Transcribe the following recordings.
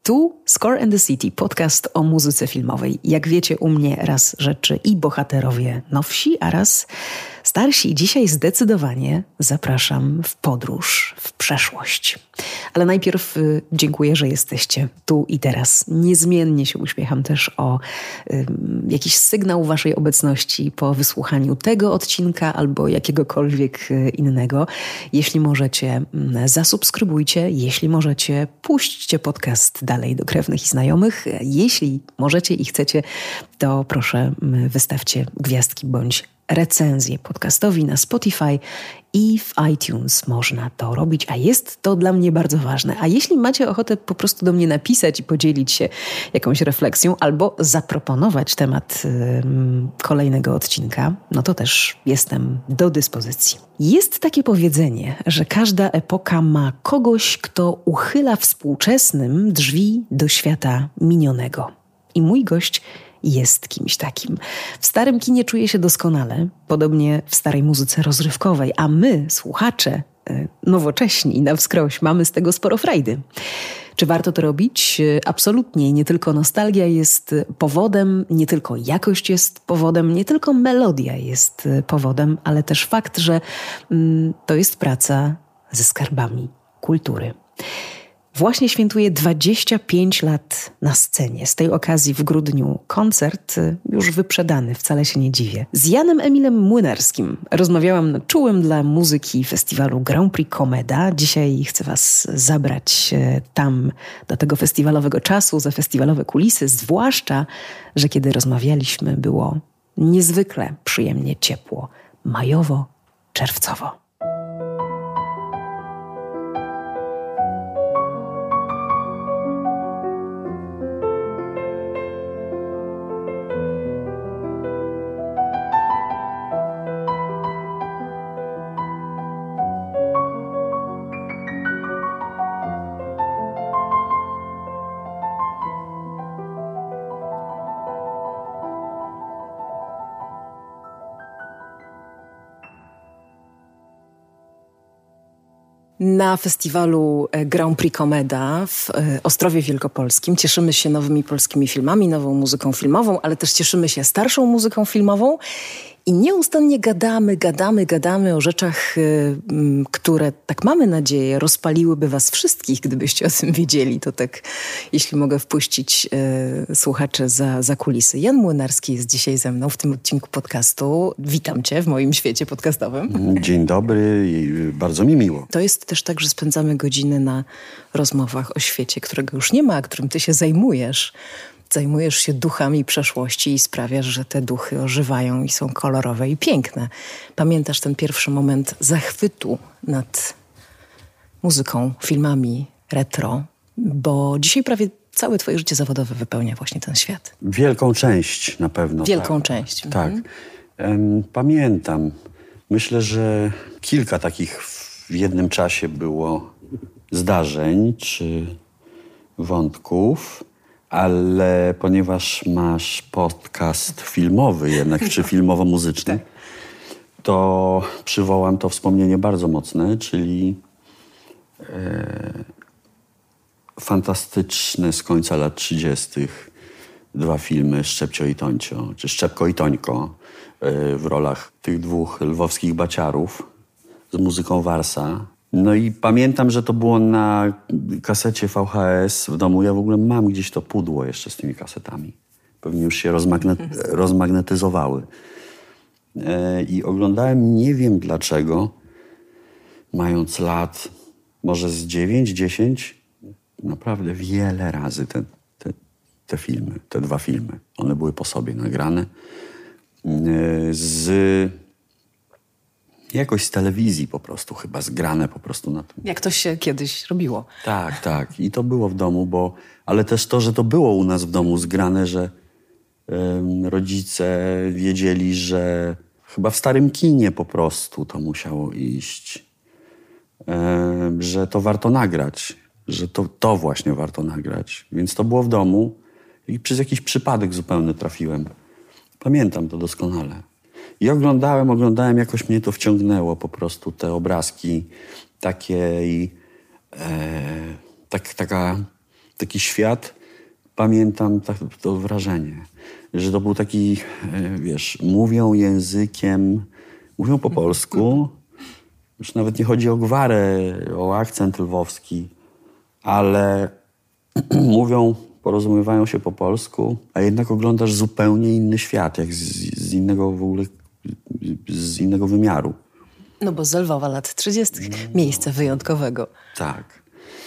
Tu Score and the City, podcast o muzyce filmowej. Jak wiecie, u mnie raz rzeczy i bohaterowie nowsi, a raz starsi. Dzisiaj zdecydowanie zapraszam w podróż, w przeszłość. Ale najpierw dziękuję, że jesteście tu i teraz. Niezmiennie się uśmiecham też o jakiś sygnał waszej obecności po wysłuchaniu tego odcinka albo jakiegokolwiek innego. Jeśli możecie, zasubskrybujcie. Jeśli możecie, puśćcie podcast dalej do krewnych i znajomych. Jeśli możecie i chcecie, to proszę wystawcie gwiazdki bądź recenzję podcastowi na Spotify i w iTunes można to robić, a jest to dla mnie bardzo ważne. A jeśli macie ochotę po prostu do mnie napisać i podzielić się jakąś refleksją albo zaproponować temat kolejnego odcinka, no to też jestem do dyspozycji. Jest takie powiedzenie, że każda epoka ma kogoś, kto uchyla współczesnym drzwi do świata minionego. I mój gość jest kimś takim. W starym kinie czuje się doskonale, podobnie w starej muzyce rozrywkowej, a my, słuchacze, nowocześni i na wskroś, mamy z tego sporo frajdy. Czy warto to robić? Absolutnie. Nie tylko nostalgia jest powodem, nie tylko jakość jest powodem, nie tylko melodia jest powodem, ale też fakt, że to jest praca ze skarbami kultury. Właśnie świętuje 25 lat na scenie. Z tej okazji w grudniu koncert już wyprzedany, wcale się nie dziwię. Z Janem Emilem Młynarskim rozmawiałam na czułym dla muzyki festiwalu Grand Prix Comeda. Dzisiaj chcę was zabrać tam do tego festiwalowego czasu, za festiwalowe kulisy, zwłaszcza, że kiedy rozmawialiśmy, było niezwykle przyjemnie ciepło, majowo-czerwcowo. Na festiwalu Grand Prix Comeda w Ostrowie Wielkopolskim cieszymy się nowymi polskimi filmami, nową muzyką filmową, ale też cieszymy się starszą muzyką filmową i nieustannie gadamy o rzeczach, które, tak mamy nadzieję, rozpaliłyby was wszystkich, gdybyście o tym wiedzieli. To tak, jeśli mogę wpuścić słuchaczy za kulisy. Jan Młynarski jest dzisiaj ze mną w tym odcinku podcastu. Witam cię w moim świecie podcastowym. Dzień dobry i bardzo mi miło. To jest też tak, że spędzamy godziny na rozmowach o świecie, którego już nie ma, a którym ty się zajmujesz. Zajmujesz się duchami przeszłości i sprawiasz, że te duchy ożywają i są kolorowe i piękne. Pamiętasz ten pierwszy moment zachwytu nad muzyką, filmami retro, bo dzisiaj prawie całe twoje życie zawodowe wypełnia właśnie ten świat. Wielką część na pewno. Wielką część. Tak. Pamiętam. Myślę, że kilka takich w jednym czasie było zdarzeń czy wątków. Ale ponieważ masz podcast filmowy jednak, czy filmowo-muzyczny, to przywołam to wspomnienie bardzo mocne, czyli fantastyczne z końca lat 30. dwa filmy Szczepcio i Toncio, czy Szczepko i Tońko w rolach tych dwóch lwowskich baciarów z muzyką Warsa. No i pamiętam, że to było na kasecie VHS w domu. Ja w ogóle mam gdzieś to pudło jeszcze z tymi kasetami. Pewnie już się rozmagnetyzowały. I oglądałem, nie wiem dlaczego, mając lat może z 9-10, naprawdę wiele razy te filmy, te dwa filmy. One były po sobie nagrane. Jakoś z telewizji po prostu, chyba zgrane po prostu na tym. Jak to się kiedyś robiło. Tak. I to było w domu, ale też to, że to było u nas w domu zgrane, że rodzice wiedzieli, że chyba w starym kinie po prostu to musiało iść. Że to warto nagrać. Że to właśnie warto nagrać. Więc to było w domu i przez jakiś przypadek zupełny trafiłem. Pamiętam to doskonale. I oglądałem, jakoś mnie to wciągnęło po prostu, te obrazki takiej, taka taki świat, pamiętam to wrażenie, że to był taki, wiesz, mówią po polsku, już nawet nie chodzi o gwarę, o akcent lwowski, ale porozumiewają się po polsku, a jednak oglądasz zupełnie inny świat, jak z innego w ogóle, z innego wymiaru. No bo z Lwowa lat 30. Miejsce wyjątkowego. Tak.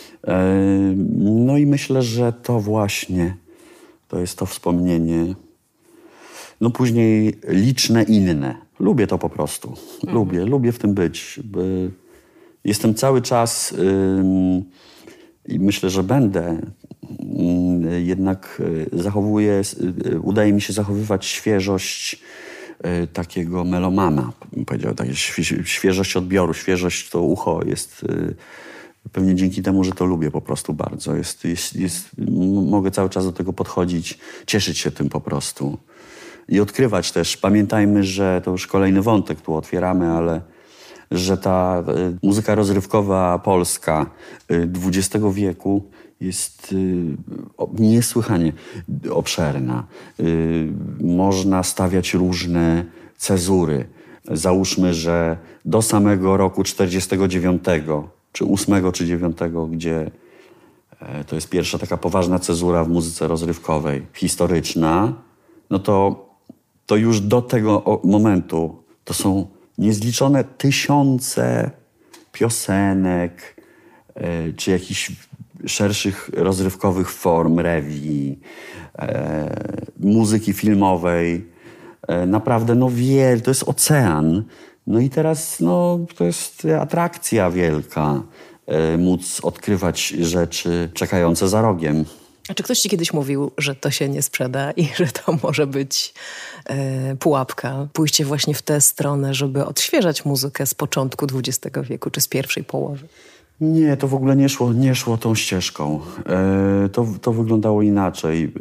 No i myślę, że to właśnie, to jest to wspomnienie. No później liczne inne. Lubię to po prostu. Lubię w tym być. Jestem cały czas i myślę, że będę. Jednak udaje mi się zachowywać świeżość takiego melomana, bym powiedział, świeżość odbioru, świeżość to ucho jest pewnie dzięki temu, że to lubię po prostu bardzo. Mogę cały czas do tego podchodzić, cieszyć się tym po prostu i odkrywać też. Pamiętajmy, że to już kolejny wątek tu otwieramy, ale że ta muzyka rozrywkowa polska XX wieku jest niesłychanie obszerna. Można stawiać różne cezury. Załóżmy, że do samego roku 49, czy 8, czy 9, gdzie to jest pierwsza taka poważna cezura w muzyce rozrywkowej, historyczna, no to już do tego momentu to są niezliczone tysiące piosenek, czy jakichś szerszych rozrywkowych form, rewii, muzyki filmowej. Naprawdę, to jest ocean. No i teraz, to jest atrakcja wielka, móc odkrywać rzeczy czekające za rogiem. A czy ktoś ci kiedyś mówił, że to się nie sprzeda i że to może być pułapka? Pójście właśnie w tę stronę, żeby odświeżać muzykę z początku XX wieku, czy z pierwszej połowy? Nie, to w ogóle nie szło tą ścieżką. To wyglądało inaczej.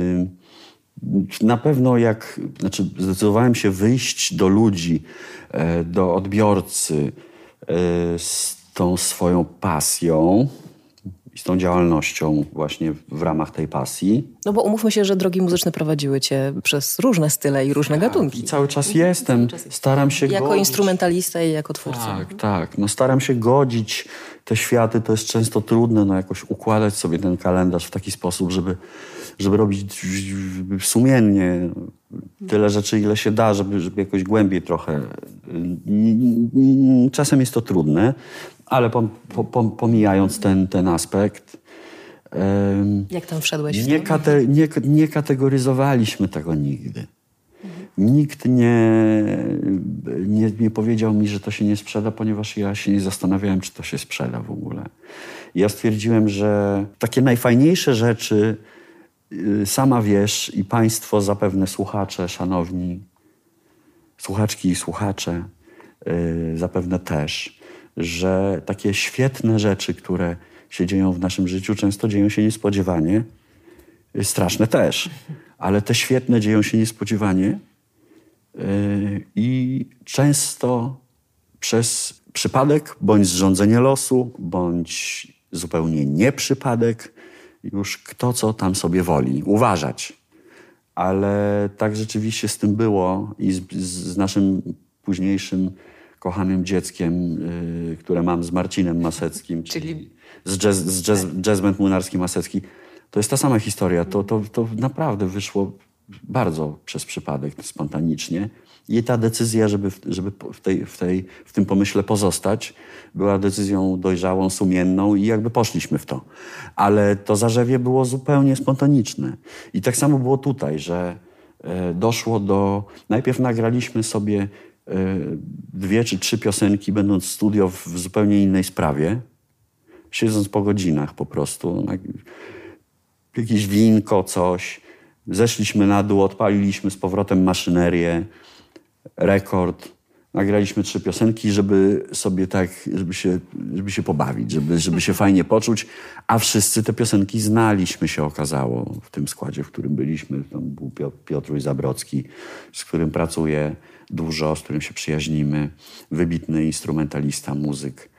Na pewno zdecydowałem się wyjść do ludzi, do odbiorcy z tą swoją pasją i z tą działalnością właśnie w ramach tej pasji. No bo umówmy się, że drogi muzyczne prowadziły cię przez różne style i różne gatunki. I cały czas jestem. Staram się jako instrumentalista i jako twórca. Tak. Staram się godzić te światy. To jest często trudne, jakoś układać sobie ten kalendarz w taki sposób, żeby robić sumiennie tyle rzeczy, ile się da, żeby jakoś głębiej trochę. Czasem jest to trudne, ale pomijając ten aspekt. Jak tam wszedłeś w to? Nie kategoryzowaliśmy tego nigdy. Nikt nie powiedział mi, że to się nie sprzeda, ponieważ ja się nie zastanawiałem, czy to się sprzeda w ogóle. Ja stwierdziłem, że takie najfajniejsze rzeczy sama wiesz i państwo zapewne słuchacze, szanowni słuchaczki i słuchacze, zapewne też, że takie świetne rzeczy, które się dzieją w naszym życiu, często dzieją się niespodziewanie. Straszne też, ale te świetne dzieją się niespodziewanie i często przez przypadek, bądź zrządzenie losu, bądź zupełnie nieprzypadek, już kto co tam sobie woli, uważać. Ale tak rzeczywiście z tym było i z naszym późniejszym kochanym dzieckiem, które mam z Marcinem Maseckim, czyli z Jazz Band Młynarski Masecki. To jest ta sama historia. To naprawdę wyszło bardzo przez przypadek, spontanicznie. I ta decyzja, żeby w tym pomyśle pozostać, była decyzją dojrzałą, sumienną i jakby poszliśmy w to. Ale to zarzewie było zupełnie spontaniczne. I tak samo było tutaj, że doszło do... Najpierw nagraliśmy sobie 2 czy 3 piosenki, będąc w studio w zupełnie innej sprawie, siedząc po godzinach po prostu. Jakieś winko, coś. Zeszliśmy na dół, odpaliliśmy z powrotem maszynerię, rekord. Nagraliśmy 3 piosenki, żeby sobie żeby się pobawić, żeby się fajnie poczuć. A wszyscy te piosenki znaliśmy, się okazało, w tym składzie, w którym byliśmy. Tam był Piotruś Zabrocki, z którym pracuję dużo, z którym się przyjaźnimy. Wybitny instrumentalista, muzyk.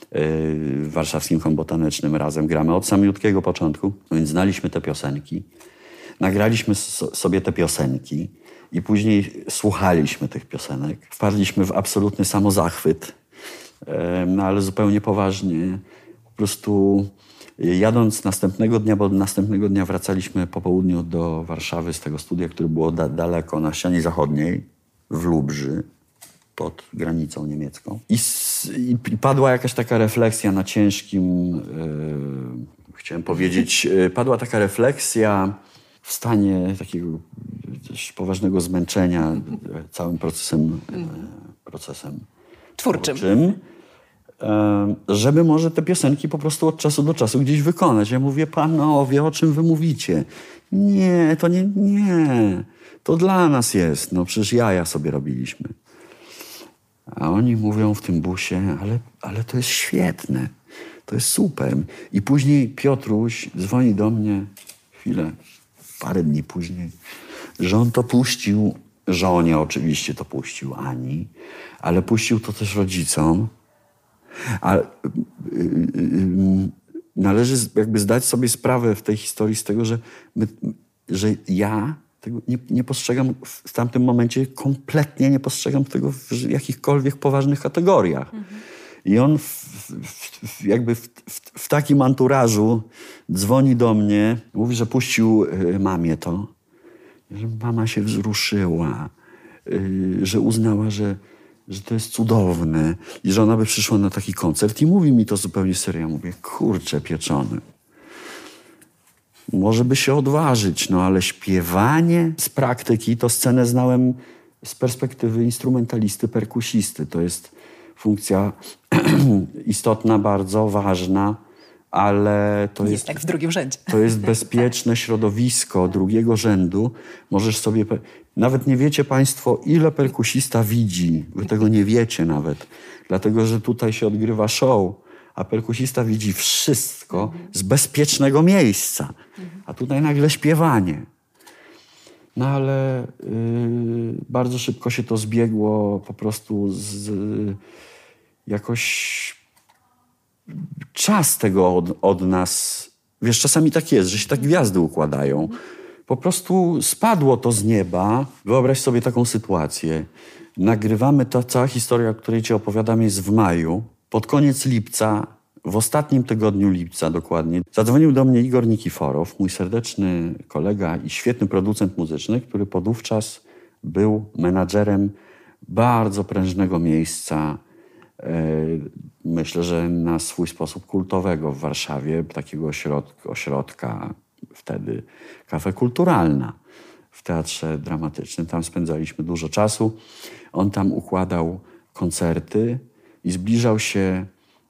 w warszawskim Kombo Tanecznym razem gramy od samiutkiego początku, więc znaliśmy te piosenki. Nagraliśmy sobie te piosenki i później słuchaliśmy tych piosenek. Wpadliśmy w absolutny samozachwyt, no ale zupełnie poważnie. Po prostu jadąc następnego dnia, bo następnego dnia wracaliśmy po południu do Warszawy z tego studia, które było daleko na ścianie zachodniej, w Lubrzy, pod granicą niemiecką. I padła jakaś taka refleksja na ciężkim, chciałem powiedzieć, padła taka refleksja w stanie takiego też poważnego zmęczenia całym procesem twórczym. Żeby może te piosenki po prostu od czasu do czasu gdzieś wykonać. Ja mówię, panowie, o czym wy mówicie? Nie, to nie. To dla nas jest. No przecież jaja sobie robiliśmy. A oni mówią w tym busie, ale to jest świetne. To jest super. I później Piotruś dzwoni do mnie parę dni później, że on to puścił, żonie oczywiście to puścił, Ani, ale puścił to też rodzicom. A należy jakby zdać sobie sprawę w tej historii z tego, że ja tego nie postrzegam w tamtym momencie, kompletnie nie postrzegam tego w jakichkolwiek poważnych kategoriach. I on w takim anturażu dzwoni do mnie, mówi, że puścił mamie to, że mama się wzruszyła, że uznała, że to jest cudowne i że ona by przyszła na taki koncert i mówi mi to zupełnie serio. Ja mówię, kurczę pieczony. Może by się odważyć, no ale śpiewanie z praktyki, to scenę znałem z perspektywy instrumentalisty, perkusisty. To jest funkcja istotna, bardzo ważna, ale to jest tak w drugim rzędzie. To jest bezpieczne środowisko drugiego rzędu. Możesz sobie... Nawet nie wiecie państwo, ile perkusista widzi. Wy tego nie wiecie nawet. Dlatego, że tutaj się odgrywa show, a perkusista widzi wszystko z bezpiecznego miejsca. A tutaj nagle śpiewanie. No ale bardzo szybko się to zbiegło po prostu jakoś czas tego od nas. Wiesz, czasami tak jest, że się tak gwiazdy układają. Po prostu spadło to z nieba. Wyobraź sobie taką sytuację. Nagrywamy, cała historia, o której ci opowiadam, jest w maju. Pod koniec lipca, w ostatnim tygodniu lipca dokładnie, zadzwonił do mnie Igor Nikiforow, mój serdeczny kolega i świetny producent muzyczny, który podówczas był menadżerem bardzo prężnego miejsca, myślę, że na swój sposób kultowego w Warszawie, takiego ośrodka wtedy Kafe Kulturalna w Teatrze Dramatycznym. Tam spędzaliśmy dużo czasu. On tam układał koncerty i zbliżał się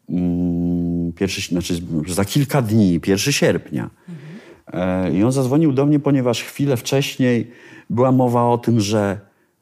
za kilka dni, 1 sierpnia. I on zadzwonił do mnie, ponieważ chwilę wcześniej była mowa o tym, że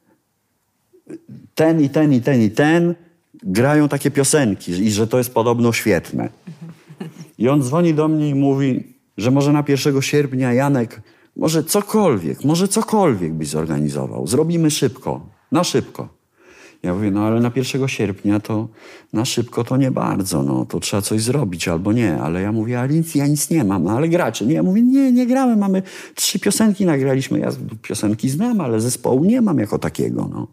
ten grają takie piosenki i że to jest podobno świetne. I on dzwoni do mnie i mówi, że może na 1 sierpnia Janek, może cokolwiek byś zorganizował. Zrobimy szybko, na szybko. Ja mówię, no ale na 1 sierpnia to na szybko to nie bardzo, no to trzeba coś zrobić albo nie. Ale ja mówię, ja nic nie mam, no ale gracie. Nie, ja mówię, nie gramy, mamy 3 piosenki nagraliśmy. Ja piosenki znam, ale zespołu nie mam jako takiego, no.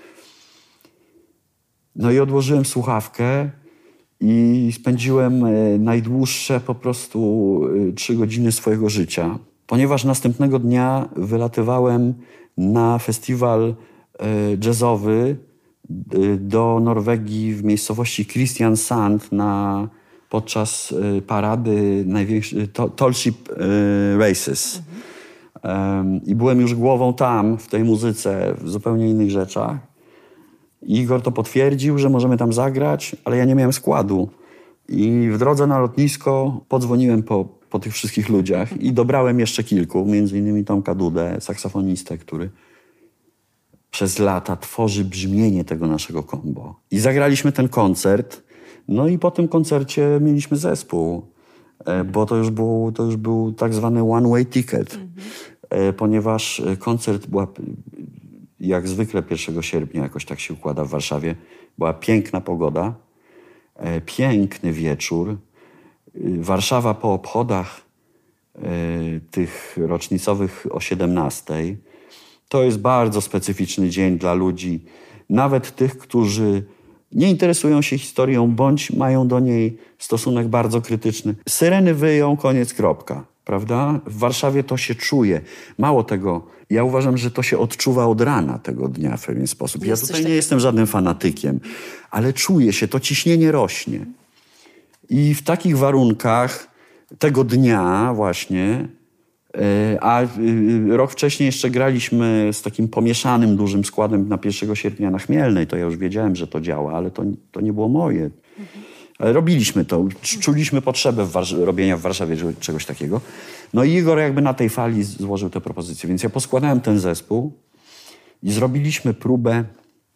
No i odłożyłem słuchawkę i spędziłem najdłuższe po prostu 3 godziny swojego życia. Ponieważ następnego dnia wylatywałem na festiwal jazzowy do Norwegii w miejscowości Kristiansand podczas parady Tall Ship Races. I byłem już głową tam, w tej muzyce, w zupełnie innych rzeczach. I Igor to potwierdził, że możemy tam zagrać, ale ja nie miałem składu. I w drodze na lotnisko podzwoniłem po tych wszystkich ludziach i dobrałem jeszcze kilku, między innymi Tomka Dudę, saksofonistę, który przez lata tworzy brzmienie tego naszego kombo. I zagraliśmy ten koncert, no i po tym koncercie mieliśmy zespół, bo to już był tak zwany one-way ticket, ponieważ koncert była, jak zwykle 1 sierpnia, jakoś tak się układa w Warszawie, była piękna pogoda, Piękny wieczór. Warszawa po obchodach tych rocznicowych o 17:00. To jest bardzo specyficzny dzień dla ludzi, nawet tych, którzy nie interesują się historią, bądź mają do niej stosunek bardzo krytyczny. Syreny wyją, koniec, kropka. Prawda? W Warszawie to się czuje. Mało tego, ja uważam, że to się odczuwa od rana tego dnia w pewien sposób. Ja tutaj nie jestem żadnym fanatykiem, ale czuje się, to ciśnienie rośnie. I w takich warunkach tego dnia właśnie, a rok wcześniej jeszcze graliśmy z takim pomieszanym dużym składem na 1 sierpnia na Chmielnej, to ja już wiedziałem, że to działa, ale to nie było moje. Ale robiliśmy to, czuliśmy potrzebę robienia w Warszawie czegoś takiego. No i Igor jakby na tej fali złożył tę propozycję, więc ja poskładałem ten zespół i zrobiliśmy próbę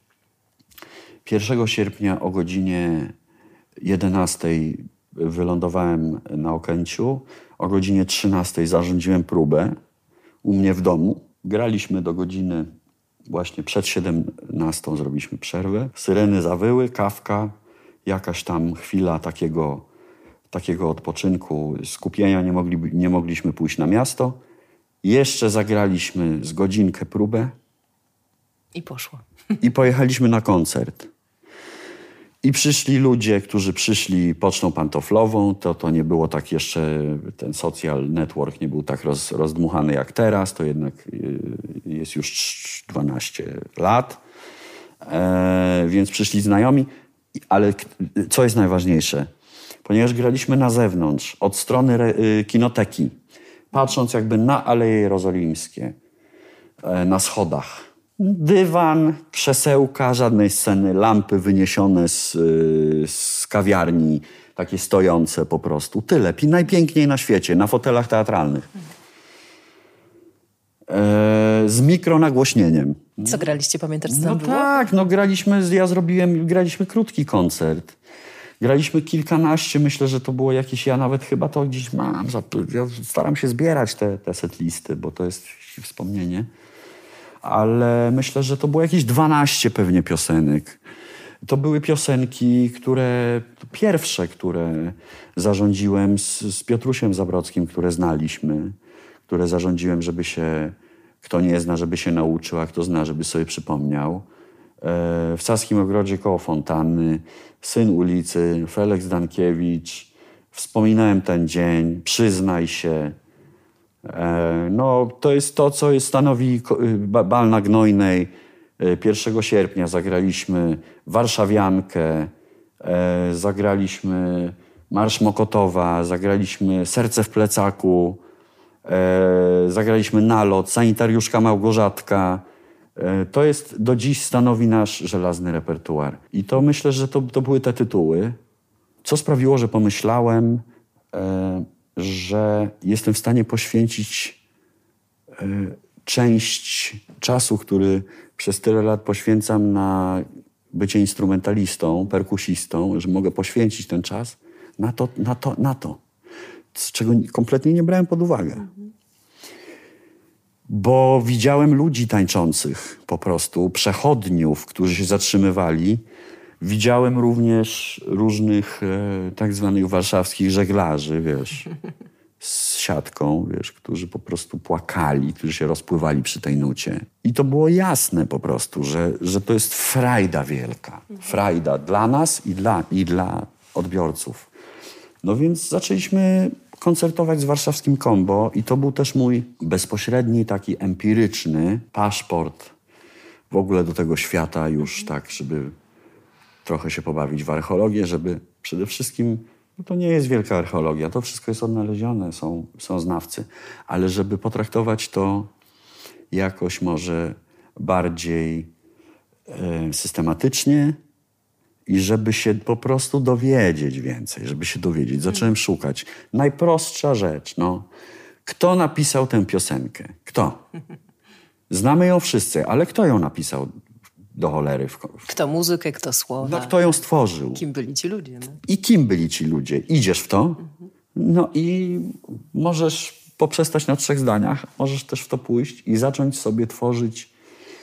1 sierpnia o godzinie 11:00 wylądowałem na Okęciu. O godzinie 13:00 zarządziłem próbę u mnie w domu. Graliśmy do godziny właśnie przed 17:00 zrobiliśmy przerwę. Syreny zawyły, kawka, jakaś tam chwila takiego odpoczynku, skupienia, nie mogliśmy pójść na miasto. Jeszcze zagraliśmy z godzinkę próbę. I poszło. I pojechaliśmy na koncert. I przyszli ludzie, którzy przyszli pocztą pantoflową. To nie było tak jeszcze, ten social network nie był tak rozdmuchany jak teraz. To jednak jest już 12 lat. Więc przyszli znajomi. Ale co jest najważniejsze? Ponieważ graliśmy na zewnątrz, od strony kinoteki, patrząc jakby na Aleje Jerozolimskie, na schodach. Dywan, krzesełka, żadnej sceny, lampy wyniesione z kawiarni, takie stojące po prostu. Tyle. Najpiękniej na świecie, na fotelach teatralnych. Z mikronagłośnieniem. Co graliście, pamiętasz, co tam było? Tak, graliśmy krótki koncert. Graliśmy kilkanaście, myślę, że to było jakieś, ja nawet chyba to gdzieś mam, ja staram się zbierać te setlisty, bo to jest wspomnienie. Ale myślę, że to było jakieś 12 pewnie piosenek. To były piosenki, pierwsze, które zarządziłem z Piotrusiem Zabrockim, które znaliśmy, które zarządziłem, żeby się, kto nie zna, żeby się nauczył, a kto zna, żeby sobie przypomniał. W Saskim Ogrodzie koło fontanny, Syn ulicy, Feleks Dankiewicz, Wspominałem ten dzień, Przyznaj się. No, to jest to, co stanowi bal na Gnojnej. 1 sierpnia zagraliśmy Warszawiankę, zagraliśmy Marsz Mokotowa, zagraliśmy Serce w plecaku, zagraliśmy Nalot, Sanitariuszka Małgorzatka. To jest, do dziś stanowi nasz żelazny repertuar. I to myślę, że to były te tytuły. Co sprawiło, że pomyślałem, że jestem w stanie poświęcić część czasu, który przez tyle lat poświęcam na bycie instrumentalistą, perkusistą, że mogę poświęcić ten czas na to, z czego kompletnie nie brałem pod uwagę. Bo widziałem ludzi tańczących po prostu, przechodniów, którzy się zatrzymywali. Widziałem również różnych tak zwanych warszawskich żeglarzy, wiesz, z siatką, wiesz, którzy po prostu płakali, którzy się rozpływali przy tej nucie. I to było jasne po prostu, że to jest frajda wielka. Frajda dla nas i dla odbiorców. No więc zaczęliśmy koncertować z warszawskim Combo i to był też mój bezpośredni, taki empiryczny paszport w ogóle do tego świata już tak, żeby trochę się pobawić w archeologię, żeby przede wszystkim, no to nie jest wielka archeologia, to wszystko jest odnalezione, są znawcy, ale żeby potraktować to jakoś może bardziej systematycznie i żeby się po prostu dowiedzieć więcej, żeby się dowiedzieć. Zacząłem szukać. Najprostsza rzecz, no. Kto napisał tę piosenkę? Kto? Znamy ją wszyscy, ale kto ją napisał do cholery? Kto muzykę, kto słowa. No, kto ją stworzył? Kim byli ci ludzie? No? I kim byli ci ludzie? Idziesz w to? No i możesz poprzestać na 3 zdaniach, możesz też w to pójść i zacząć sobie tworzyć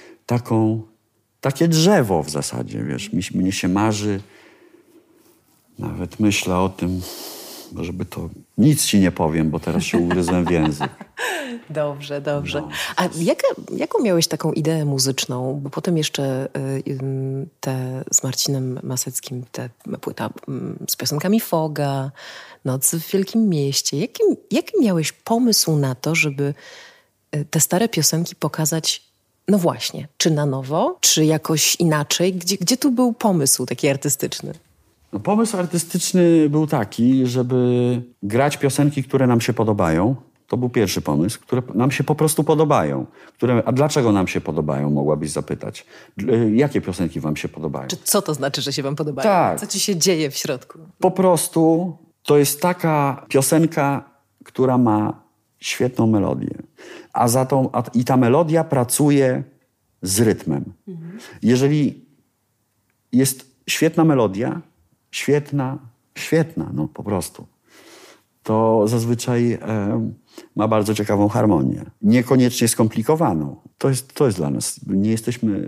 takie drzewo w zasadzie, wiesz. Mnie się marzy Nawet myślę o tym, żeby to... Nic ci nie powiem, bo teraz się ugryzłem w język. Dobrze. No. A jaką miałeś taką ideę muzyczną? Bo potem jeszcze te z Marcinem Maseckim, te płyta z piosenkami Foga, Noc w Wielkim Mieście. Jaki miałeś pomysł na to, żeby te stare piosenki pokazać, no właśnie, czy na nowo, czy jakoś inaczej? Gdzie tu był pomysł taki artystyczny? No, pomysł artystyczny był taki, żeby grać piosenki, które nam się podobają. To był pierwszy pomysł, które nam się po prostu podobają. A dlaczego nam się podobają, mogłabyś zapytać. Jakie piosenki wam się podobają? Czy co to znaczy, że się wam podobają? Tak. Co ci się dzieje w środku? Po prostu to jest taka piosenka, która ma świetną melodię. I ta melodia pracuje z rytmem. Jeżeli jest świetna melodia, świetna, no po prostu, to zazwyczaj ma bardzo ciekawą harmonię. Niekoniecznie skomplikowaną. To jest dla nas. Nie jesteśmy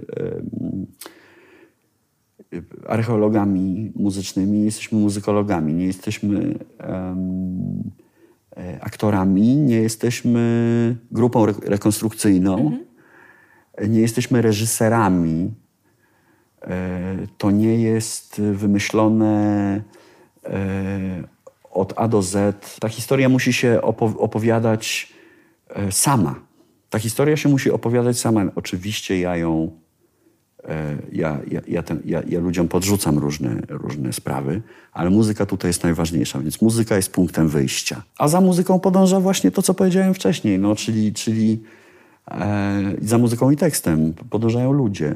archeologami muzycznymi, jesteśmy muzykologami, nie jesteśmy aktorami, nie jesteśmy grupą rekonstrukcyjną, nie jesteśmy reżyserami. To nie jest wymyślone od A do Z. Ta historia musi się opowiadać sama. Ta historia się musi opowiadać sama. Oczywiście ja ludziom podrzucam różne sprawy, ale muzyka tutaj jest najważniejsza, więc muzyka jest punktem wyjścia. A za muzyką podąża właśnie to, co powiedziałem wcześniej, no, czyli za muzyką i tekstem podążają ludzie.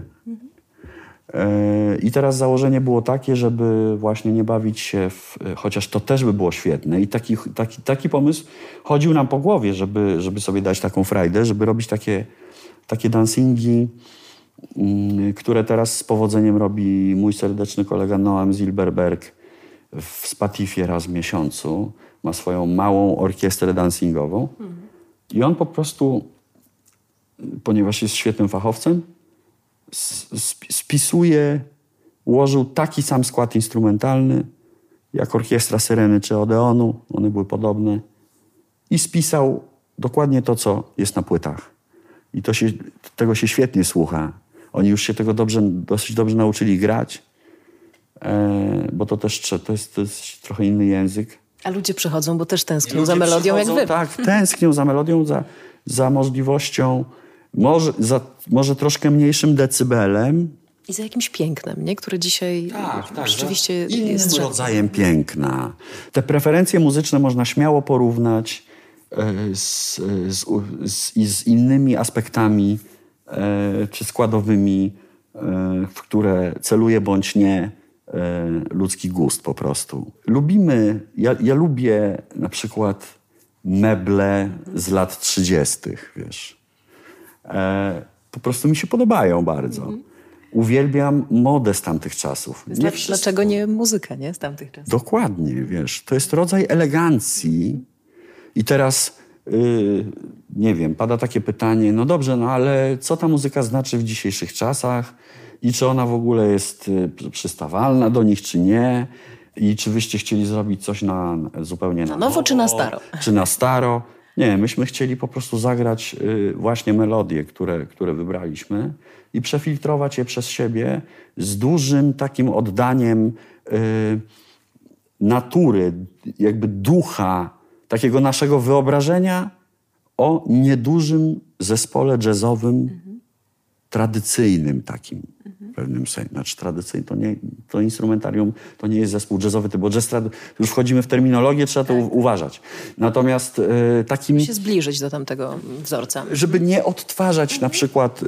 I teraz założenie było takie, żeby właśnie nie bawić się chociaż to też by było świetne i taki pomysł chodził nam po głowie, żeby sobie dać taką frajdę, żeby robić takie dancingi, które teraz z powodzeniem robi mój serdeczny kolega Noam Zilberberg w Spatifie raz w miesiącu. Ma swoją małą orkiestrę dancingową i on po prostu, ponieważ jest świetnym fachowcem, spisuje, ułożył taki sam skład instrumentalny jak orkiestra Syreny czy Odeonu, one były podobne, i spisał dokładnie to, co jest na płytach. I tego się świetnie słucha. Oni już się tego dosyć dobrze nauczyli grać, bo to jest trochę inny język. A ludzie przychodzą, bo też tęsknią za melodią jak wy. Tak, tęsknią za melodią, za możliwością, może troszkę mniejszym decybelem. I za jakimś pięknem, nie? Które dzisiaj rzeczywiście jest innym rodzajem piękna. Te preferencje muzyczne można śmiało porównać z innymi aspektami czy składowymi, w które celuje bądź nie ludzki gust po prostu. Ja lubię na przykład meble z lat 30., wiesz. Po prostu mi się podobają bardzo. Uwielbiam modę z tamtych czasów. Dlaczego nie muzyka, nie? Z tamtych czasów. Dokładnie, wiesz. To jest rodzaj elegancji. I teraz, nie wiem, pada takie pytanie, no dobrze, no ale co ta muzyka znaczy w dzisiejszych czasach? I czy ona w ogóle jest przystawalna do nich, czy nie? I czy wyście chcieli zrobić coś zupełnie na nowo, czy na staro? Czy na staro? Nie, myśmy chcieli po prostu zagrać właśnie melodie, które wybraliśmy i przefiltrować je przez siebie z dużym takim oddaniem natury, jakby ducha, takiego naszego wyobrażenia o niedużym zespole jazzowym, tradycyjnym takim. W pewnym sensie. Znaczy tradycyjny, to instrumentarium to nie jest zespół jazzowy, bo jazz, już wchodzimy w terminologię, trzeba to uważać. Natomiast takim... Musimy się zbliżyć do tamtego wzorca. Żeby nie odtwarzać na przykład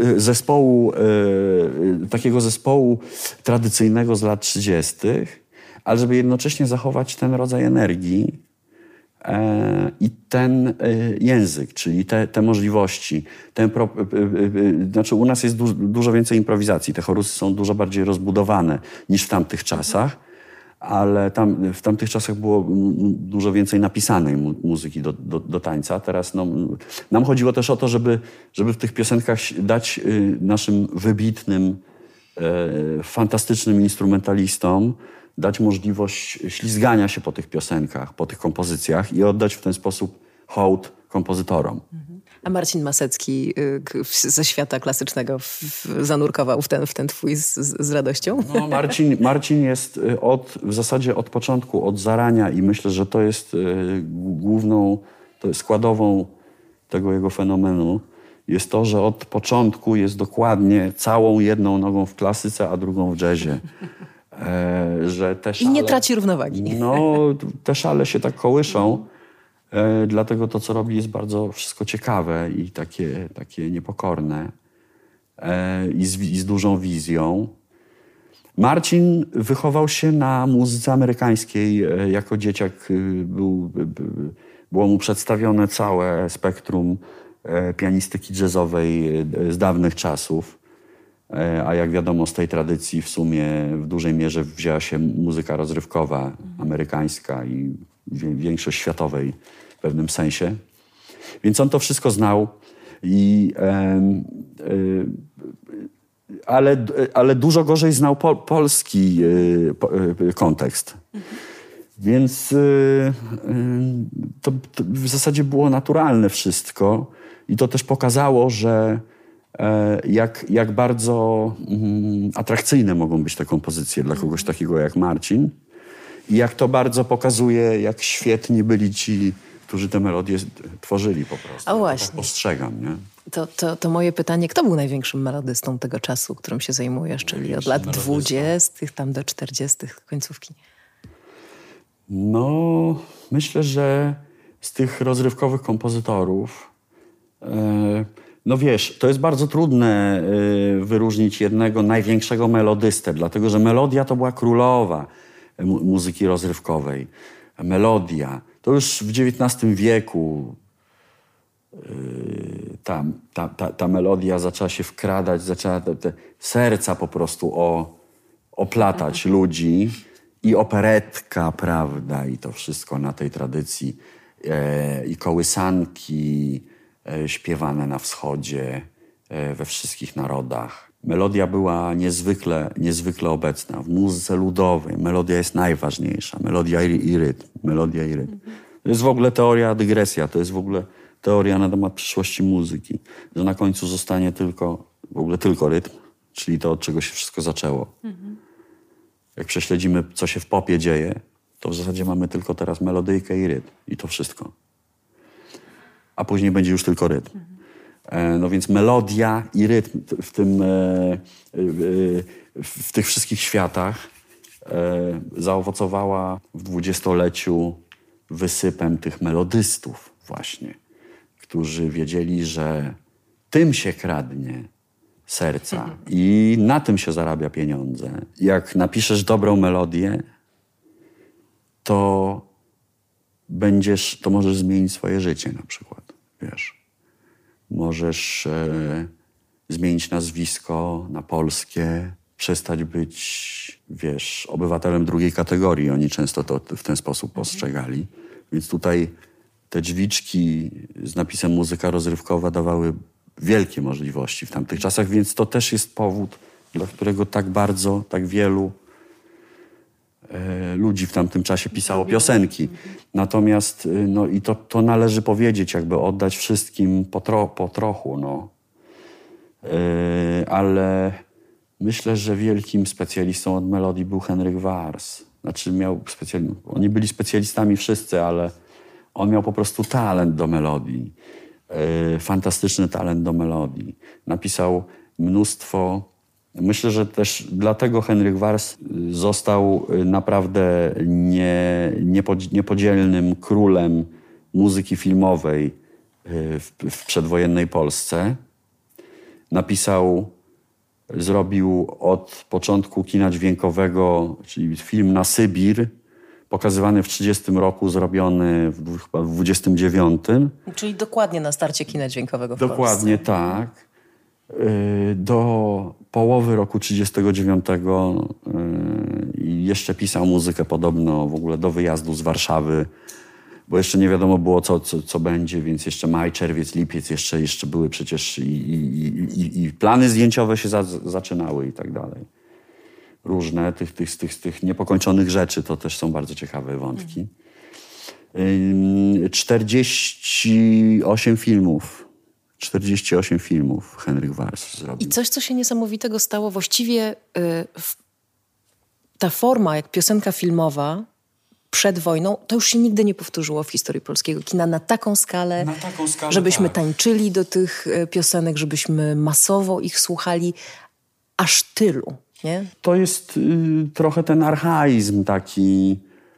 takiego zespołu tradycyjnego z lat 30., ale żeby jednocześnie zachować ten rodzaj energii i ten język, czyli te możliwości. Znaczy u nas jest dużo więcej improwizacji. Te chorusy są dużo bardziej rozbudowane niż w tamtych czasach, ale w tamtych czasach było dużo więcej napisanej muzyki do tańca. Teraz nam chodziło też o to, żeby w tych piosenkach dać naszym wybitnym, fantastycznym instrumentalistom dać możliwość ślizgania się po tych piosenkach, po tych kompozycjach i oddać w ten sposób hołd kompozytorom. A Marcin Masecki ze świata klasycznego zanurkował w ten twój z radością? No, Marcin jest w zasadzie od początku, od zarania i myślę, że to jest to jest składową tego jego fenomenu. Jest to, że od początku jest dokładnie całą jedną nogą w klasyce, a drugą w jazzie. Że te szale, i nie traci równowagi. No, te szale się tak kołyszą. Dlatego to, co robi, jest bardzo wszystko ciekawe i takie niepokorne i z dużą wizją. Marcin wychował się na muzyce amerykańskiej. Jako dzieciak było mu przedstawione całe spektrum pianistyki jazzowej z dawnych czasów. A jak wiadomo, z tej tradycji w sumie w dużej mierze wzięła się muzyka rozrywkowa amerykańska i większość światowej w pewnym sensie. Więc on to wszystko znał, ale dużo gorzej znał polski kontekst. Więc to w zasadzie było naturalne wszystko i to też pokazało, że jak bardzo atrakcyjne mogą być te kompozycje dla kogoś takiego jak Marcin i jak to bardzo pokazuje, jak świetni byli ci, którzy te melodie tworzyli po prostu. A właśnie. Tak postrzegam, nie? To moje pytanie, kto był największym melodystą tego czasu, którym się zajmujesz, czyli od lat 20. tam do 40. końcówki? No, myślę, że z tych rozrywkowych kompozytorów, no wiesz, to jest bardzo trudne wyróżnić jednego największego melodystę, dlatego że melodia to była królowa muzyki rozrywkowej. Melodia. To już w XIX wieku ta melodia zaczęła się wkradać, zaczęła te serca po prostu oplatać ludzi i operetka, prawda, i to wszystko na tej tradycji i kołysanki śpiewane na wschodzie, we wszystkich narodach. Melodia była niezwykle obecna. W muzyce ludowej melodia jest najważniejsza. Melodia i rytm. Melodia i rytm. To jest w ogóle teoria dygresja. To jest w ogóle teoria na temat przyszłości muzyki. Że na końcu zostanie tylko rytm, czyli to, od czego się wszystko zaczęło. Jak prześledzimy, co się w popie dzieje, to w zasadzie mamy tylko teraz melodyjkę i rytm. I to wszystko. A później będzie już tylko rytm. No więc melodia i rytm w tych wszystkich światach zaowocowała w dwudziestoleciu wysypem tych melodystów właśnie, którzy wiedzieli, że tym się kradnie serca i na tym się zarabia pieniądze. Jak napiszesz dobrą melodię, to możesz zmienić swoje życie na przykład, wiesz. Możesz zmienić nazwisko na polskie, przestać być, wiesz, obywatelem drugiej kategorii. Oni często to w ten sposób postrzegali. Więc tutaj te drzwiczki z napisem muzyka rozrywkowa dawały wielkie możliwości w tamtych czasach, więc to też jest powód, dla którego tak wielu ludzi w tamtym czasie pisało piosenki. Natomiast no i to należy powiedzieć, jakby oddać wszystkim po trochu, no. Ale myślę, że wielkim specjalistą od melodii był Henryk Wars. Znaczy oni byli specjalistami wszyscy, ale on miał po prostu talent do melodii. Fantastyczny talent do melodii. Napisał mnóstwo. Myślę, że też dlatego Henryk Wars został naprawdę niepodzielnym królem muzyki filmowej w przedwojennej Polsce. Zrobił od początku kina dźwiękowego, czyli film Na Sybir, pokazywany w 1930 roku, zrobiony chyba w 29. Czyli dokładnie na starcie kina dźwiękowego w Polsce. Dokładnie tak. Do połowy roku 1939 i jeszcze pisał muzykę podobno w ogóle do wyjazdu z Warszawy, bo jeszcze nie wiadomo było, co będzie, więc jeszcze maj, czerwiec, lipiec jeszcze były przecież i plany zdjęciowe się zaczynały i tak dalej. różne, tych niepokończonych rzeczy, to też są bardzo ciekawe wątki. 48 filmów. 48 filmów Henryk Wars zrobił. I coś, co się niesamowitego stało, właściwie ta forma, jak piosenka filmowa przed wojną, to już się nigdy nie powtórzyło w historii polskiego kina na taką skalę, żebyśmy tańczyli do tych piosenek, żebyśmy masowo ich słuchali, aż tylu, nie? To jest trochę ten archaizm taki,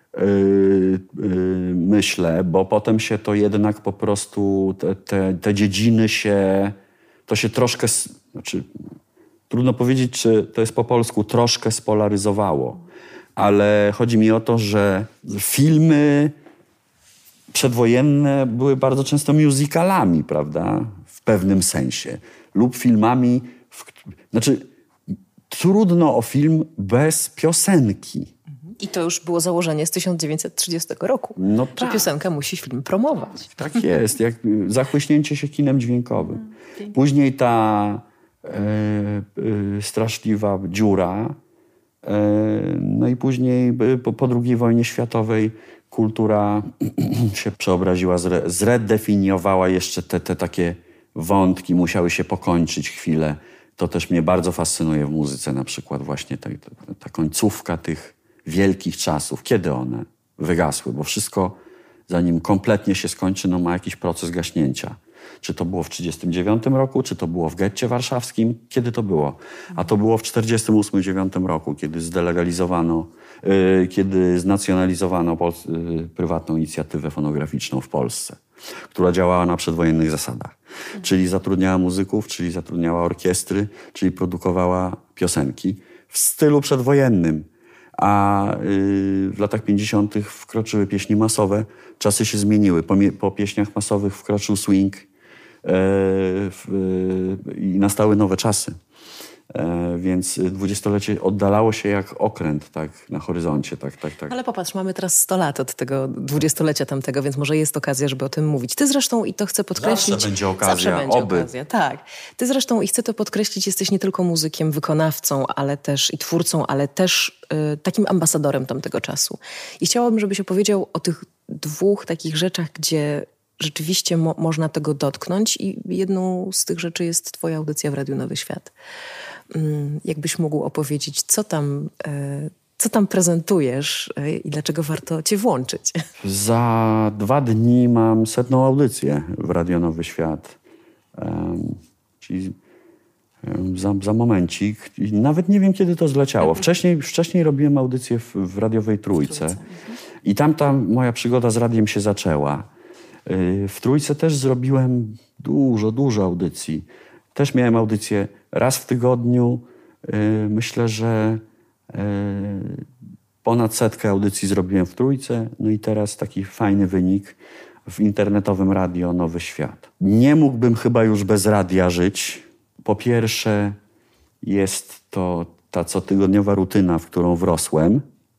myślę, bo potem się to jednak po prostu, te dziedziny to się troszkę, znaczy trudno powiedzieć, czy to jest po polsku, troszkę spolaryzowało. Ale chodzi mi o to, że filmy przedwojenne były bardzo często musicalami, prawda? W pewnym sensie. Lub filmami, znaczy trudno o film bez piosenki. I to już było założenie z 1930 roku, no że piosenka musi film promować. Tak jest, jak zachłyśnięcie się kinem dźwiękowym. Później ta straszliwa dziura, no i później po II wojnie światowej kultura się przeobraziła, zredefiniowała jeszcze te takie wątki, musiały się pokończyć chwilę. To też mnie bardzo fascynuje w muzyce, na przykład właśnie ta końcówka tych wielkich czasów. Kiedy one wygasły? Bo wszystko, zanim kompletnie się skończy, no ma jakiś proces gaśnięcia. Czy to było w 1939 roku, czy to było w getcie warszawskim? Kiedy to było? A to było w 1948-1949 roku, kiedy zdelegalizowano, kiedy znacjonalizowano prywatną inicjatywę fonograficzną w Polsce, która działała na przedwojennych zasadach. Czyli zatrudniała muzyków, czyli zatrudniała orkiestry, czyli produkowała piosenki w stylu przedwojennym. A w latach 50. wkroczyły pieśni masowe. Czasy się zmieniły. Po pieśniach masowych wkroczył swing i nastały nowe czasy. Więc dwudziestolecie oddalało się jak okręt, tak, na horyzoncie. Tak. Ale popatrz, mamy teraz 100 lat od tego dwudziestolecia tamtego, więc może jest okazja, żeby o tym mówić. Ty zresztą, i to chcę podkreślić... Zawsze będzie okazja, okazja, tak. Ty zresztą, i chcę to podkreślić, jesteś nie tylko muzykiem, wykonawcą, ale też i twórcą, ale też takim ambasadorem tamtego czasu. I chciałabym, żebyś opowiedział o tych dwóch takich rzeczach, gdzie rzeczywiście można tego dotknąć i jedną z tych rzeczy jest twoja audycja w Radiu Nowy Świat. Jakbyś mógł opowiedzieć, co tam prezentujesz i dlaczego warto cię włączyć? Za 2 dni mam 100. audycję w Radio Nowy Świat. Czyli za momencik. I nawet nie wiem, kiedy to zleciało. Wcześniej robiłem audycję w radiowej Trójce. I tam ta moja przygoda z radiem się zaczęła. W Trójce też zrobiłem dużo audycji. Też miałem audycję raz w tygodniu. Myślę, że ponad 100 audycji zrobiłem w Trójce. No i teraz taki fajny wynik w internetowym Radio Nowy Świat. Nie mógłbym chyba już bez radia żyć. Po pierwsze jest to ta cotygodniowa rutyna, w którą wrosłem.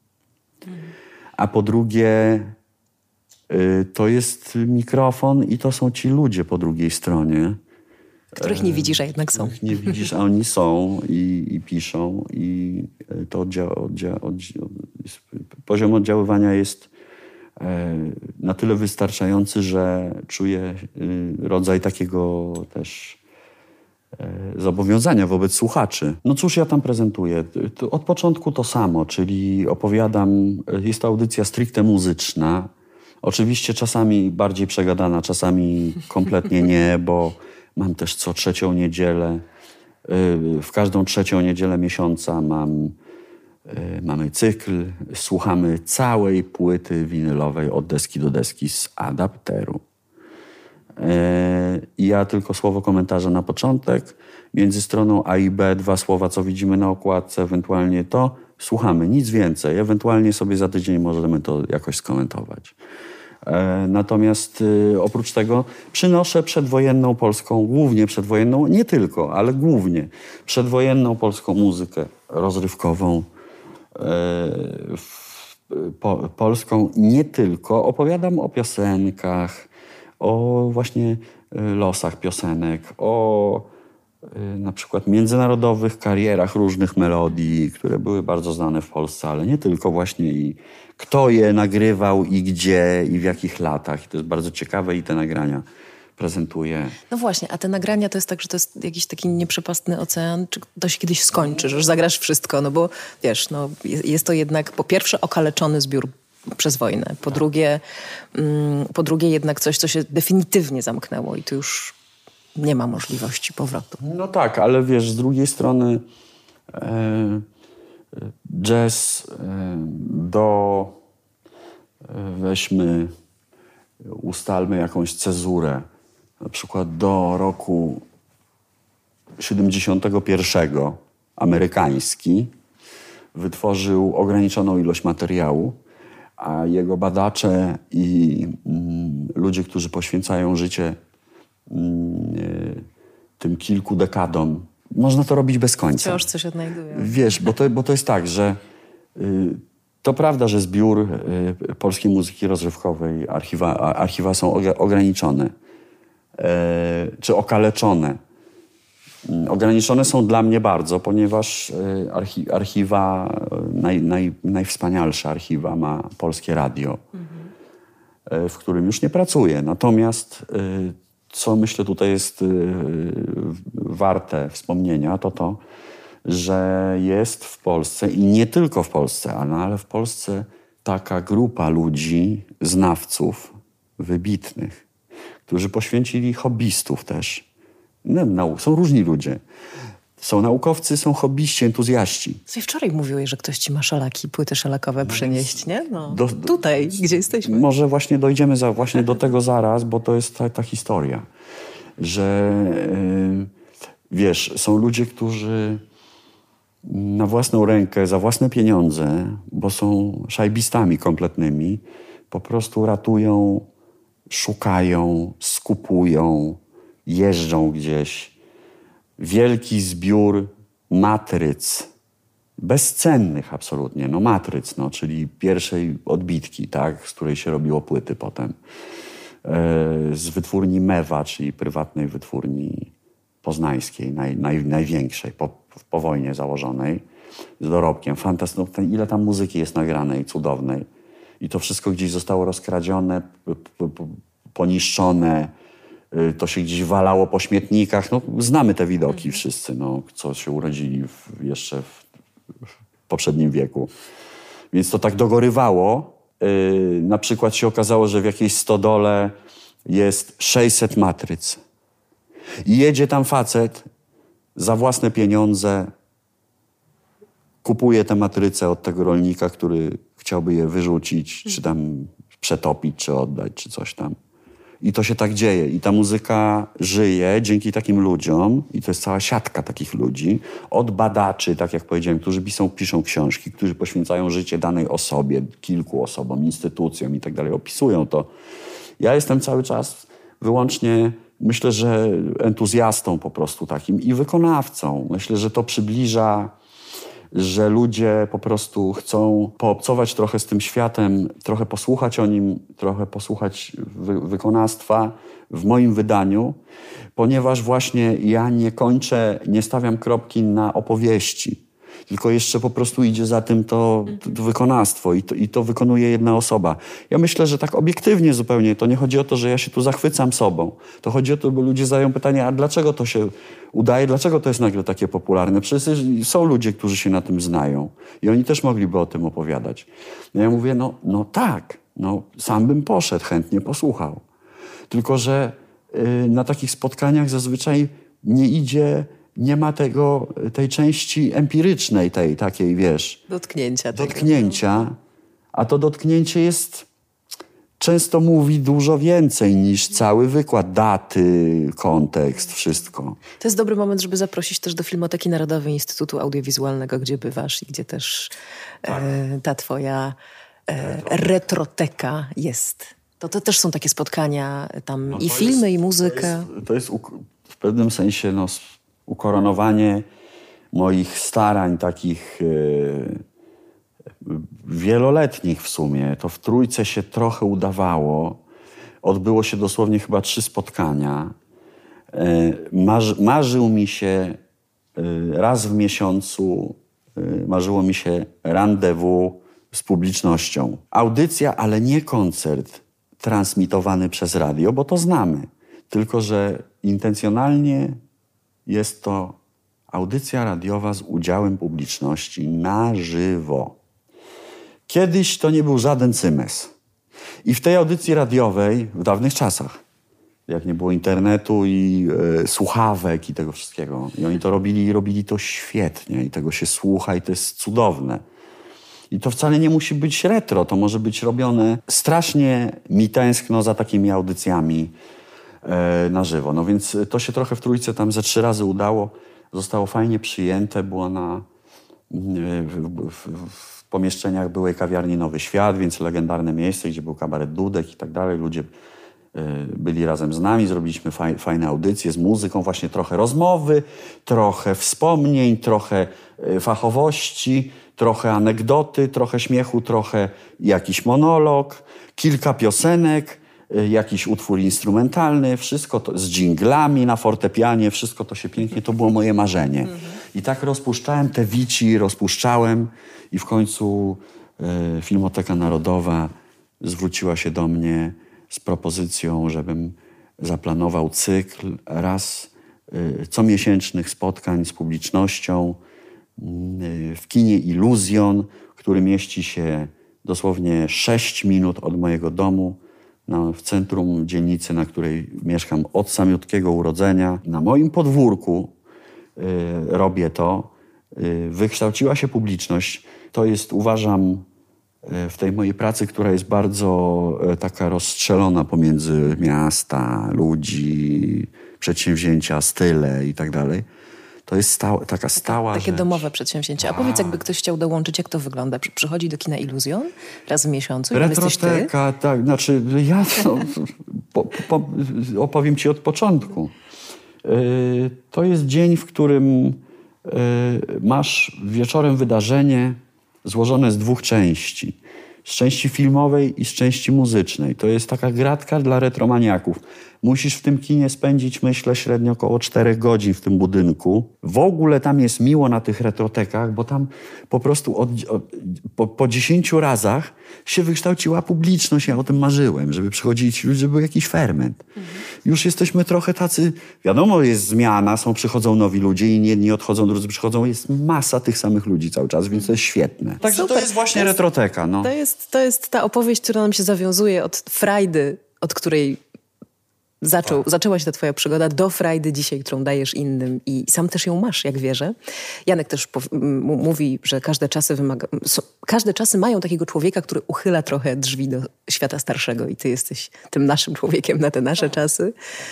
A po drugie to jest mikrofon i to są ci ludzie po drugiej stronie. Których nie widzisz, a jednak są. Których nie widzisz, a oni są i piszą. I to poziom oddziaływania jest na tyle wystarczający, że czuję rodzaj takiego też zobowiązania wobec słuchaczy. No cóż ja tam prezentuję? Od początku to samo, czyli opowiadam, jest to audycja stricte muzyczna. Oczywiście czasami bardziej przegadana, czasami kompletnie nie, bo mam też co 3. niedzielę. W każdą 3. niedzielę miesiąca mamy cykl. Słuchamy całej płyty winylowej od deski do deski z adapteru. I ja tylko słowo komentarza na początek. Między stroną A i B 2 słowa, co widzimy na okładce, ewentualnie to. Słuchamy, nic więcej. Ewentualnie sobie za tydzień możemy to jakoś skomentować. Natomiast oprócz tego przynoszę przedwojenną polską, głównie przedwojenną, nie tylko, ale głównie przedwojenną polską muzykę rozrywkową, polską nie tylko. Opowiadam o piosenkach, o właśnie losach piosenek, o na przykład międzynarodowych karierach różnych melodii, które były bardzo znane w Polsce, ale nie tylko właśnie i kto je nagrywał i gdzie i w jakich latach. I to jest bardzo ciekawe i te nagrania prezentuje. No właśnie, a te nagrania to jest tak, że to jest jakiś taki nieprzepastny ocean, czy to się kiedyś skończy, że już zagrasz wszystko, no bo wiesz, no jest to jednak po pierwsze okaleczony zbiór przez wojnę, po drugie jednak coś, co się definitywnie zamknęło i tu już nie ma możliwości powrotu. No tak, ale wiesz, z drugiej strony jazz ustalmy jakąś cezurę, na przykład do roku 71 amerykański wytworzył ograniczoną ilość materiału, a jego badacze i ludzie, którzy poświęcają życie tym kilku dekadom, można to robić bez końca. Wciąż coś odnajdują. Wiesz, bo to jest tak, że to prawda, że zbiór polskiej muzyki rozrywkowej, archiwa są ograniczone czy okaleczone. Ograniczone są dla mnie bardzo, ponieważ archiwa, najwspanialsze archiwa ma Polskie Radio, w którym już nie pracuję. Natomiast co myślę tutaj jest warte wspomnienia, to, że jest w Polsce i nie tylko w Polsce, ale w Polsce taka grupa ludzi, znawców wybitnych, którzy poświęcili hobbystów też. Są różni ludzie. Są naukowcy, są hobbyści, entuzjaści. Wczoraj mówiłeś, że ktoś ci ma szalaki, płyty szalakowe przynieść, nie? No, tutaj, gdzie jesteśmy. Może właśnie dojdziemy właśnie do tego zaraz, bo to jest ta historia. Że wiesz, są ludzie, którzy na własną rękę, za własne pieniądze, bo są szajbistami kompletnymi, po prostu ratują, szukają, skupują, jeżdżą gdzieś. Wielki zbiór matryc, bezcennych absolutnie, matryc, czyli pierwszej odbitki, tak, z której się robiło płyty potem. Z wytwórni Mewa, czyli prywatnej wytwórni poznańskiej, największej, po wojnie założonej, z dorobkiem. Fantastyczne, ile tam muzyki jest nagranej, cudownej. I to wszystko gdzieś zostało rozkradzione, poniszczone, to się gdzieś walało po śmietnikach. Znamy te widoki wszyscy, co się urodzili jeszcze w poprzednim wieku. Więc to tak dogorywało. Na przykład się okazało, że w jakiejś stodole jest 600 matryc. I jedzie tam facet za własne pieniądze, kupuje te matryce od tego rolnika, który chciałby je wyrzucić, czy tam przetopić, czy oddać, czy coś tam. I to się tak dzieje. I ta muzyka żyje dzięki takim ludziom, i to jest cała siatka takich ludzi, od badaczy, tak jak powiedziałem, którzy piszą książki, którzy poświęcają życie danej osobie, kilku osobom, instytucjom i tak dalej, opisują to. Ja jestem cały czas wyłącznie, myślę, że entuzjastą po prostu takim i wykonawcą. Myślę, że to przybliża, że ludzie po prostu chcą poobcować trochę z tym światem, trochę posłuchać o nim, trochę posłuchać wykonawstwa w moim wydaniu, ponieważ właśnie ja nie stawiam kropki na opowieści, tylko jeszcze po prostu idzie za tym to wykonawstwo i to wykonuje jedna osoba. Ja myślę, że tak obiektywnie zupełnie, to nie chodzi o to, że ja się tu zachwycam sobą. To chodzi o to, bo ludzie zadają pytanie, a dlaczego to się udaje, dlaczego to jest nagle takie popularne? Przecież są ludzie, którzy się na tym znają i oni też mogliby o tym opowiadać. No ja mówię, tak, sam bym poszedł, chętnie posłuchał. Tylko że na takich spotkaniach zazwyczaj nie ma tej części empirycznej, tej takiej, wiesz... Dotknięcia. A to dotknięcie często mówi dużo więcej niż cały wykład. Daty, kontekst, wszystko. To jest dobry moment, żeby zaprosić też do Filmoteki Narodowej Instytutu Audiowizualnego, gdzie bywasz i gdzie też ta twoja retroteka jest. To też są takie spotkania tam i filmy, i muzyka. To jest w pewnym sensie ukoronowanie moich starań takich wieloletnich w sumie. To w Trójce się trochę udawało. Odbyło się dosłownie chyba 3 spotkania. marzył mi się raz w miesiącu, marzyło mi się rendezvous z publicznością. Audycja, ale nie koncert transmitowany przez radio, bo to znamy. Tylko że intencjonalnie jest to audycja radiowa z udziałem publiczności na żywo. Kiedyś to nie był żaden cymes. I w tej audycji radiowej, w dawnych czasach, jak nie było internetu i słuchawek i tego wszystkiego, i oni to robili to świetnie i tego się słucha i to jest cudowne. I to wcale nie musi być retro, to może być robione. Strasznie mi tęskno za takimi audycjami na żywo. No więc to się trochę w Trójce tam ze 3 razy udało. Zostało fajnie przyjęte. Było w pomieszczeniach byłej kawiarni Nowy Świat, więc legendarne miejsce, gdzie był kabaret Dudek i tak dalej. Ludzie byli razem z nami, zrobiliśmy fajne audycje z muzyką, właśnie trochę rozmowy, trochę wspomnień, trochę fachowości, trochę anegdoty, trochę śmiechu, trochę jakiś monolog, kilka piosenek, jakiś utwór instrumentalny, wszystko to z dżinglami na fortepianie, wszystko to się pięknie, to było moje marzenie. I tak rozpuszczałem te wici, rozpuszczałem i w końcu Filmoteka Narodowa zwróciła się do mnie z propozycją, żebym zaplanował cykl comiesięcznych spotkań z publicznością w kinie Iluzjon, który mieści się dosłownie 6 minut od mojego domu, w centrum dzielnicy, na której mieszkam od samiutkiego urodzenia. Na moim podwórku robię to. Wykształciła się publiczność. To jest, uważam, w tej mojej pracy, która jest bardzo taka rozstrzelona pomiędzy miasta, ludzi, przedsięwzięcia, style i tak dalej. To jest taka stała Takie rzecz. domowe przedsięwzięcia. A powiedz, jakby ktoś chciał dołączyć, jak to wygląda? Przychodzi do kina Iluzjon raz w miesiącu? Retroteka, tak. Znaczy ja opowiem ci od początku. To jest dzień, w którym masz wieczorem wydarzenie złożone z 2 części. Z części filmowej i z części muzycznej. To jest taka gratka dla retromaniaków. Musisz w tym kinie spędzić, myślę, średnio około 4 godzin w tym budynku. W ogóle tam jest miło na tych retrotekach, bo tam po prostu po 10 razach się wykształciła publiczność. Ja o tym marzyłem, żeby przychodzili ci ludzie, żeby był jakiś ferment. Już jesteśmy trochę tacy, wiadomo, jest zmiana, przychodzą nowi ludzie i jedni odchodzą, drudzy przychodzą. Jest masa tych samych ludzi cały czas, więc to jest świetne. Także super. To jest właśnie retroteka. No. To jest ta opowieść, która nam się zawiązuje od frajdy, od której zaczęła się ta twoja przygoda, do frajdy dzisiaj, którą dajesz innym i sam też ją masz, jak wierzę. Janek też mówi, że każde czasy mają takiego człowieka, który uchyla trochę drzwi do świata starszego i ty jesteś tym naszym człowiekiem na te nasze czasy.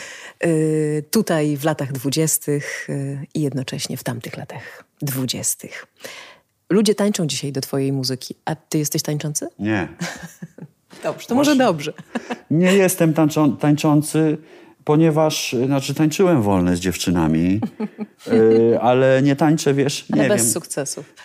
Tutaj w latach 20. I jednocześnie w tamtych latach 20. Ludzie tańczą dzisiaj do twojej muzyki, a ty jesteś tańczący? Nie. Dobrze, to może dobrze. Nie jestem tańczący, ponieważ tańczyłem wolne z dziewczynami, ale nie tańczę, wiesz, nie wiem. Ale bez sukcesów.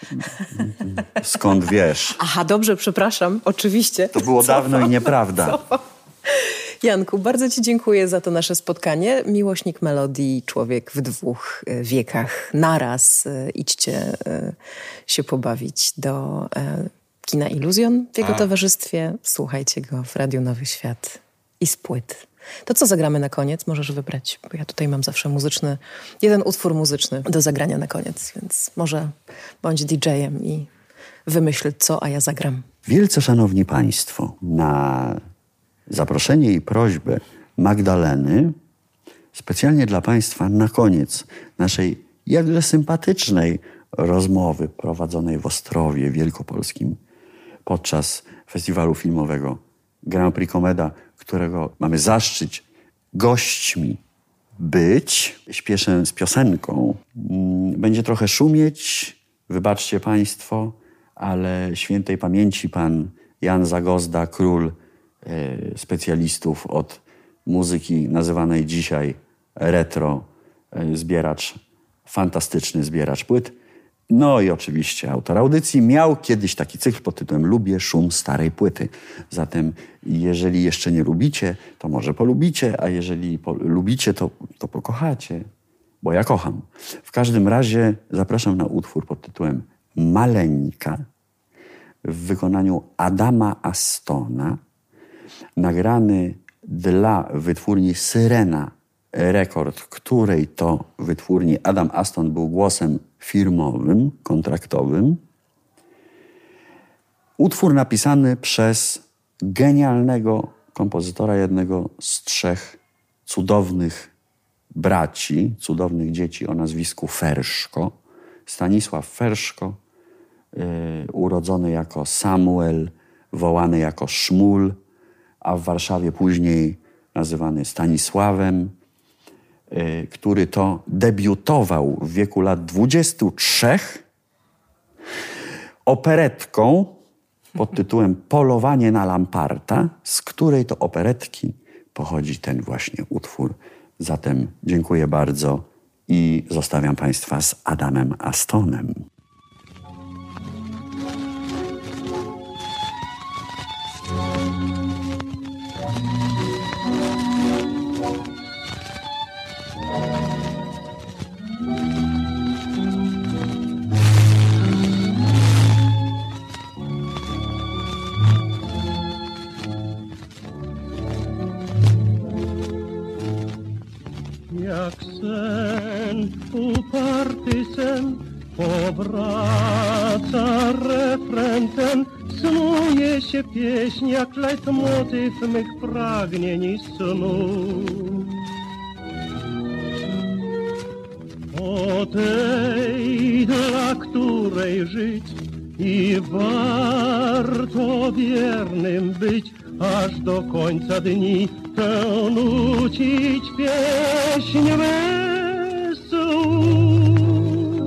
Skąd wiesz? Aha, dobrze, przepraszam, oczywiście. To było dawno i nieprawda. Janku, bardzo ci dziękuję za to nasze spotkanie. Miłośnik melodii, człowiek w 2 wiekach naraz. Idźcie się pobawić do kina Iluzjon w jego towarzystwie. Słuchajcie go w Radiu Nowy Świat i z płyt. To co zagramy na koniec? Możesz wybrać, bo ja tutaj mam zawsze jeden utwór muzyczny do zagrania na koniec, więc może bądź DJ-em i wymyśl co, a ja zagram. Wielce szanowni państwo, na zaproszenie i prośbę Magdaleny specjalnie dla państwa na koniec naszej jakże sympatycznej rozmowy prowadzonej w Ostrowie Wielkopolskim podczas festiwalu filmowego Grand Prix Komeda, którego mamy zaszczyt gośćmi być. Śpieszę z piosenką. Będzie trochę szumieć, wybaczcie państwo, ale świętej pamięci pan Jan Zagozda, król specjalistów od muzyki nazywanej dzisiaj retro, fantastyczny zbieracz płyt. No i oczywiście autor audycji miał kiedyś taki cykl pod tytułem Lubię szum starej płyty. Zatem jeżeli jeszcze nie lubicie, to może polubicie, a jeżeli lubicie, to pokochacie, bo ja kocham. W każdym razie zapraszam na utwór pod tytułem Maleńka w wykonaniu Adama Astona, nagrany dla wytwórni Syrena Rekord, której to wytwórni Adam Aston był głosem firmowym, kontraktowym. Utwór napisany przez genialnego kompozytora, jednego z 3 cudownych braci, cudownych dzieci o nazwisku Ferszko. Stanisław Ferszko, urodzony jako Samuel, wołany jako Szmul, a w Warszawie później nazywany Stanisławem, który to debiutował w wieku lat 23 operetką pod tytułem Polowanie na Lamparta, z której to operetki pochodzi ten właśnie utwór. Zatem dziękuję bardzo i zostawiam Państwa z Adamem Astonem. Jak sen, uparty sen, powraca refren ten, snuje się pieśń jak leitmotyw mych pragnień i snu. O tej, dla której żyć i warto wiernym być, aż do końca dni tę nucić pieśń wesołą.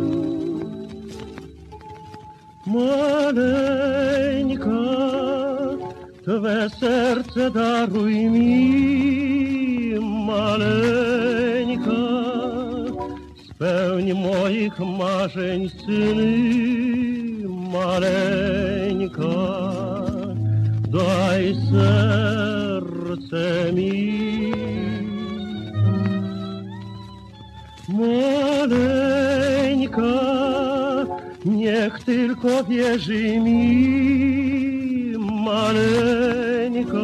Maleńka, Twe serce daruj mi, maleńka, spełń moich marzeń syny, maleńka. Daj serce mi, maleńka, niech tylko wierzy mi, maleńka,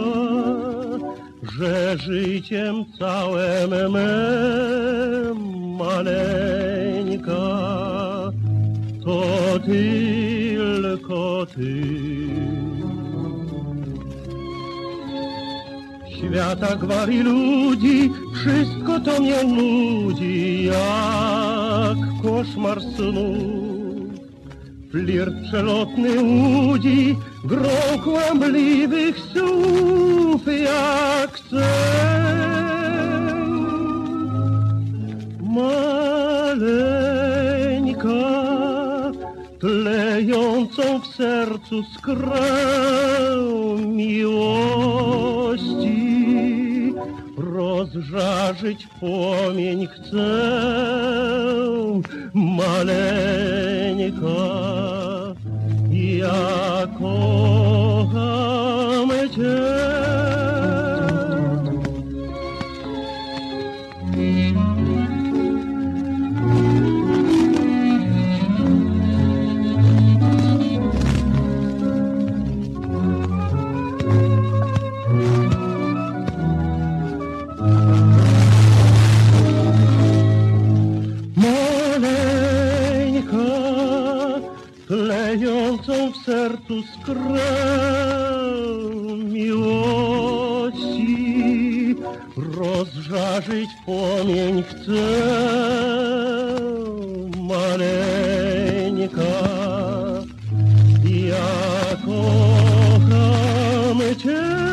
że życiem całym mym, maleńka, to tylko Ty. Świata gwar i ludzi, wszystko to mnie nudzi, jak koszmar snu. Flirt przelotny łudzi, grą kłamliwych słów, jak sen. Maleńka, tlejącą w sercu skrę miłości, rozżarzyć płomień chcę, maleńka, ja kocham Cię. Tlejącą w sercu skrę miłości, rozżarzyć płomień chcę, maleńka, ja kocham Cię.